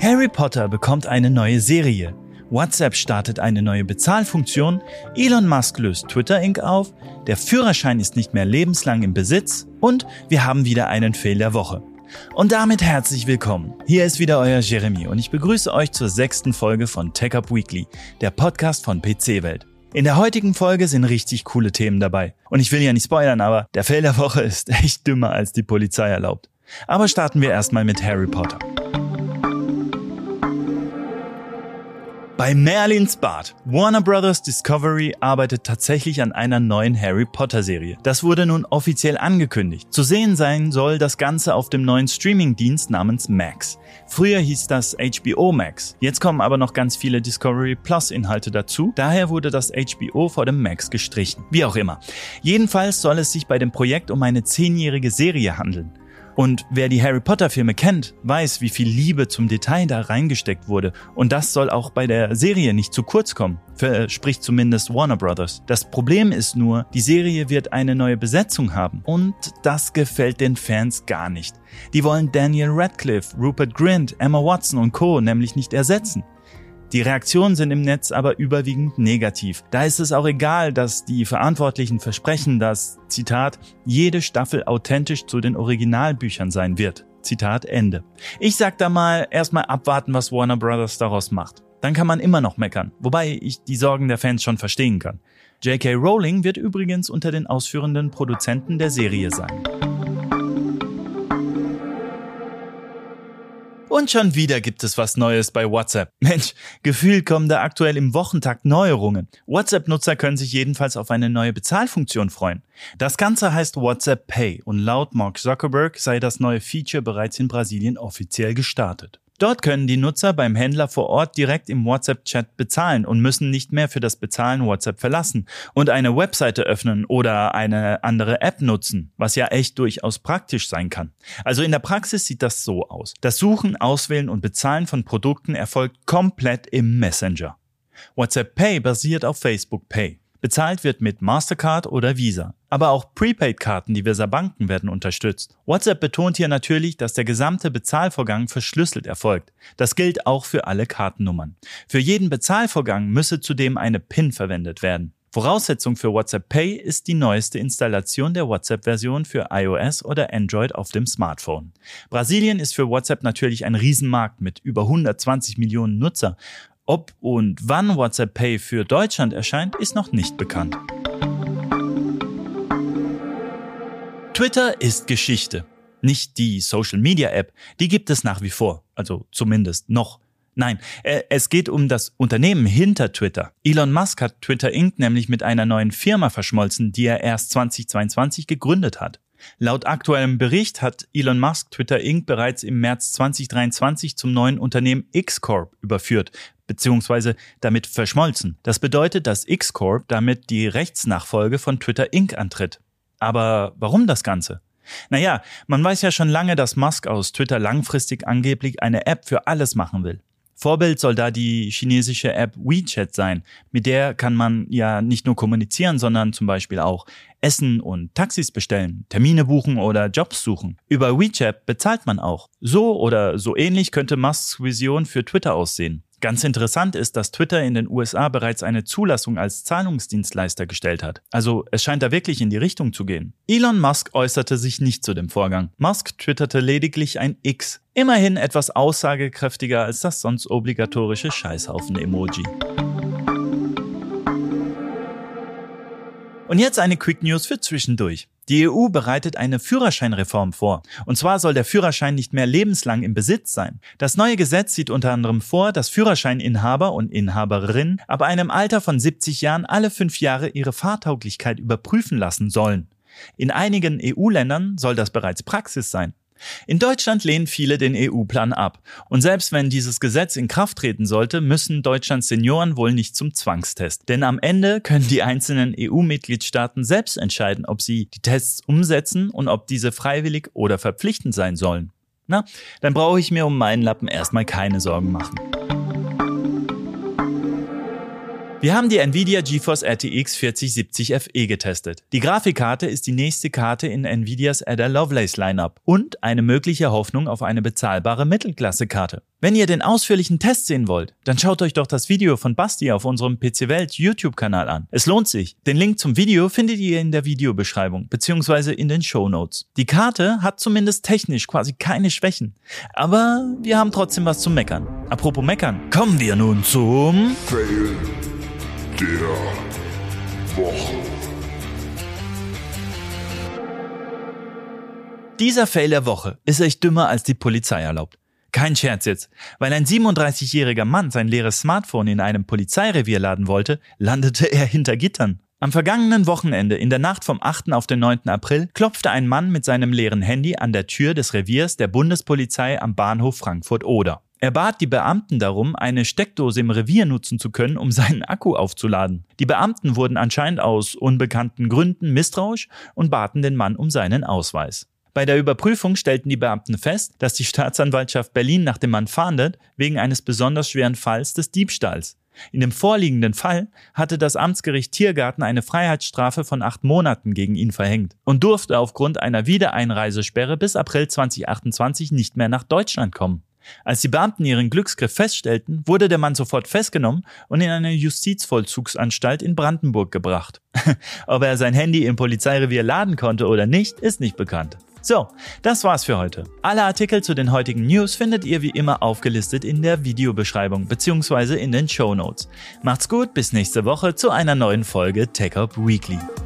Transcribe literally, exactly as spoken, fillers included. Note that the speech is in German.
Harry Potter bekommt eine neue Serie. WhatsApp startet eine neue Bezahlfunktion. Elon Musk löst Twitter Incorporated auf. Der Führerschein ist nicht mehr lebenslang im Besitz. Und wir haben wieder einen Fail der Woche. Und damit herzlich willkommen. Hier ist wieder euer Jeremy und ich begrüße euch zur sechsten Folge von TechUp Weekly, der Podcast von P C-Welt. In der heutigen Folge sind richtig coole Themen dabei. Und ich will ja nicht spoilern, aber der Fail der Woche ist echt dümmer, als die Polizei erlaubt. Aber starten wir erstmal mit Harry Potter. Bei Merlins Bad. Warner Brothers Discovery arbeitet tatsächlich an einer neuen Harry Potter Serie. Das wurde nun offiziell angekündigt. Zu sehen sein soll das Ganze auf dem neuen Streamingdienst namens Max. Früher hieß das H B O Max. Jetzt kommen aber noch ganz viele Discovery Plus Inhalte dazu. Daher wurde das H B O vor dem Max gestrichen. Wie auch immer. Jedenfalls soll es sich bei dem Projekt um eine zehnjährige Serie handeln. Und wer die Harry Potter Filme kennt, weiß, wie viel Liebe zum Detail da reingesteckt wurde. Und das soll auch bei der Serie nicht zu kurz kommen, verspricht zumindest Warner Brothers. Das Problem ist nur, die Serie wird eine neue Besetzung haben. Und das gefällt den Fans gar nicht. Die wollen Daniel Radcliffe, Rupert Grint, Emma Watson und Co. nämlich nicht ersetzen. Die Reaktionen sind im Netz aber überwiegend negativ. Da ist es auch egal, dass die Verantwortlichen versprechen, dass, Zitat, jede Staffel authentisch zu den Originalbüchern sein wird. Zitat Ende. Ich sag da mal, erstmal abwarten, was Warner Brothers daraus macht. Dann kann man immer noch meckern, wobei ich die Sorgen der Fans schon verstehen kann. J K Rowling wird übrigens unter den ausführenden Produzenten der Serie sein. Und schon wieder gibt es was Neues bei WhatsApp. Mensch, gefühlt kommen da aktuell im Wochentakt Neuerungen. WhatsApp-Nutzer können sich jedenfalls auf eine neue Bezahlfunktion freuen. Das Ganze heißt WhatsApp Pay und laut Mark Zuckerberg sei das neue Feature bereits in Brasilien offiziell gestartet. Dort können die Nutzer beim Händler vor Ort direkt im WhatsApp-Chat bezahlen und müssen nicht mehr für das Bezahlen WhatsApp verlassen und eine Webseite öffnen oder eine andere App nutzen, was ja echt durchaus praktisch sein kann. Also in der Praxis sieht das so aus. Das Suchen, Auswählen und Bezahlen von Produkten erfolgt komplett im Messenger. WhatsApp Pay basiert auf Facebook Pay. Bezahlt wird mit Mastercard oder Visa. Aber auch Prepaid-Karten diverser Banken werden unterstützt. WhatsApp betont hier natürlich, dass der gesamte Bezahlvorgang verschlüsselt erfolgt. Das gilt auch für alle Kartennummern. Für jeden Bezahlvorgang müsse zudem eine PIN verwendet werden. Voraussetzung für WhatsApp Pay ist die neueste Installation der WhatsApp-Version für iOS oder Android auf dem Smartphone. Brasilien ist für WhatsApp natürlich ein Riesenmarkt mit über hundertzwanzig Millionen Nutzer. Ob und wann WhatsApp Pay für Deutschland erscheint, ist noch nicht bekannt. Twitter ist Geschichte. Nicht die Social-Media-App, die gibt es nach wie vor, also zumindest noch. Nein, es geht um das Unternehmen hinter Twitter. Elon Musk hat Twitter Incorporated nämlich mit einer neuen Firma verschmolzen, die er erst zweitausendzweiundzwanzig gegründet hat. Laut aktuellem Bericht hat Elon Musk Twitter Incorporated bereits im März zweitausenddreiundzwanzig zum neuen Unternehmen X-Corp überführt, beziehungsweise damit verschmolzen. Das bedeutet, dass X-Corp damit die Rechtsnachfolge von Twitter Incorporated antritt. Aber warum das Ganze? Naja, man weiß ja schon lange, dass Musk aus Twitter langfristig angeblich eine App für alles machen will. Vorbild soll da die chinesische App WeChat sein. Mit der kann man ja nicht nur kommunizieren, sondern zum Beispiel auch Essen und Taxis bestellen, Termine buchen oder Jobs suchen. Über WeChat bezahlt man auch. So oder so ähnlich könnte Musks Vision für Twitter aussehen. Ganz interessant ist, dass Twitter in den U S A bereits eine Zulassung als Zahlungsdienstleister gestellt hat. Also es scheint da wirklich in die Richtung zu gehen. Elon Musk äußerte sich nicht zu dem Vorgang. Musk twitterte lediglich ein X. Immerhin etwas aussagekräftiger als das sonst obligatorische Scheißhaufen-Emoji. Und jetzt eine Quick News für zwischendurch. Die E U bereitet eine Führerscheinreform vor. Und zwar soll der Führerschein nicht mehr lebenslang im Besitz sein. Das neue Gesetz sieht unter anderem vor, dass Führerscheininhaber und Inhaberinnen ab einem Alter von siebzig Jahren alle fünf Jahre ihre Fahrtauglichkeit überprüfen lassen sollen. In einigen E U-Ländern soll das bereits Praxis sein. In Deutschland lehnen viele den E U-Plan ab. Und selbst wenn dieses Gesetz in Kraft treten sollte, müssen Deutschlands Senioren wohl nicht zum Zwangstest. Denn am Ende können die einzelnen E U-Mitgliedstaaten selbst entscheiden, ob sie die Tests umsetzen und ob diese freiwillig oder verpflichtend sein sollen. Na, dann brauche ich mir um meinen Lappen erstmal keine Sorgen machen. Wir haben die Nvidia GeForce R T X vierzig siebzig F E getestet. Die Grafikkarte ist die nächste Karte in Nvidias Ada Lovelace Lineup und eine mögliche Hoffnung auf eine bezahlbare Mittelklasse-Karte. Wenn ihr den ausführlichen Test sehen wollt, dann schaut euch doch das Video von Basti auf unserem P C Welt YouTube-Kanal an. Es lohnt sich. Den Link zum Video findet ihr in der Videobeschreibung bzw. in den Shownotes. Die Karte hat zumindest technisch quasi keine Schwächen, aber wir haben trotzdem was zu meckern. Apropos meckern, kommen wir nun zum Fail der Woche. Dieser Fail der Woche ist echt dümmer, als die Polizei erlaubt. Kein Scherz jetzt. Weil ein siebenunddreißigjähriger Mann sein leeres Smartphone in einem Polizeirevier laden wollte, landete er hinter Gittern. Am vergangenen Wochenende, in der Nacht vom achten auf den neunten April, klopfte ein Mann mit seinem leeren Handy an der Tür des Reviers der Bundespolizei am Bahnhof Frankfurt-Oder. Er bat die Beamten darum, eine Steckdose im Revier nutzen zu können, um seinen Akku aufzuladen. Die Beamten wurden anscheinend aus unbekannten Gründen misstrauisch und baten den Mann um seinen Ausweis. Bei der Überprüfung stellten die Beamten fest, dass die Staatsanwaltschaft Berlin nach dem Mann fahndet, wegen eines besonders schweren Falls des Diebstahls. In dem vorliegenden Fall hatte das Amtsgericht Tiergarten eine Freiheitsstrafe von acht Monaten gegen ihn verhängt und durfte aufgrund einer Wiedereinreisesperre bis April zweitausendachtundzwanzig nicht mehr nach Deutschland kommen. Als die Beamten ihren Glücksgriff feststellten, wurde der Mann sofort festgenommen und in eine Justizvollzugsanstalt in Brandenburg gebracht. Ob er sein Handy im Polizeirevier laden konnte oder nicht, ist nicht bekannt. So, das war's für heute. Alle Artikel zu den heutigen News findet ihr wie immer aufgelistet in der Videobeschreibung bzw. in den Shownotes. Macht's gut, bis nächste Woche zu einer neuen Folge TechUp Weekly.